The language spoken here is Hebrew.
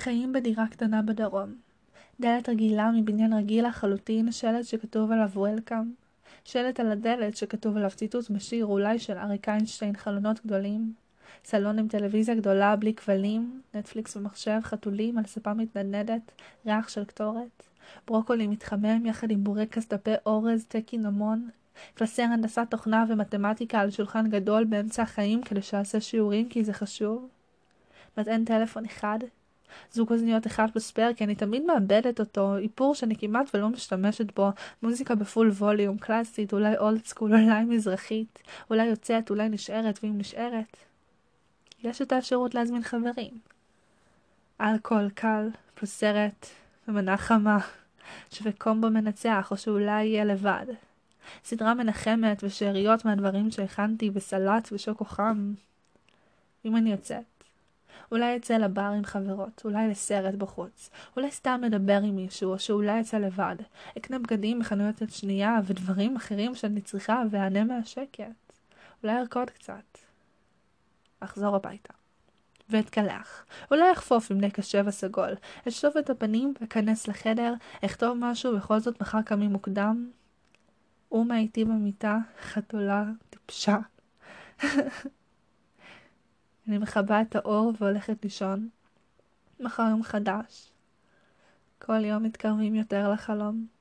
חיים בדירה קטנה בדרום. דלת רגילה מבניין רגיל לחלוטין, שלט שכתוב עליו וולקאם. שלט על הדלת שכתוב עליו ציטוט משיר אולי של אריק איינשטיין, חלונות גדולים. סלון עם טלוויזיה גדולה בלי כבלים, נטפליקס ומחשב, חתולים על ספה מתנדנדת, ריח של קטורת. ברוקולי מתחמם יחד עם בורקס, דפי אורז, טקינמון. קלסר הנדסת תוכנה ומתמטיקה על שולחן גדול באמצע החיים כדי שעשה שיעורים כי זה חשוב. מטען טלפון אחד. זוג אוזניות אחד בספר כי אני תמיד מאבדת אותו, איפור שאני כמעט ולא משתמשת בו, מוזיקה בפול ווליום, קלאסית, אולי אולד סקול, אולי מזרחית, אולי יוצאת, אולי נשארת, ואם נשארת יש את האפשרות להזמין חברים. אלכוהול קל, פלוס סרט ומנה חמה, שווה קומבו מנצח או שאולי יהיה לבד. סדרה מנחמת ושאריות מהדברים שהכנתי בסלט ושוקו חם. אם אני יוצאת, אולי יצא לבר עם חברות, אולי לסרט בחוץ, אולי סתם מדבר עם מישהו, או שאולי יצא לבד. אקנה בגדים בחנויות יד שנייה ודברים אחרים שאני צריכה ואענה מהשקט. אולי ארקוד קצת. אחזור הביתה. ואתקלח. אולי אחפוף עם נק השבע סגול. אשטוף את הפנים וכנס לחדר, אכתוב משהו בכל זאת מחר קמים מוקדם. אומה איתי במיטה, חתולה טיפשה. אני מכבה את האור והולכת לישון. מחר יום חדש. כל יום מתקרבים יותר לחלום.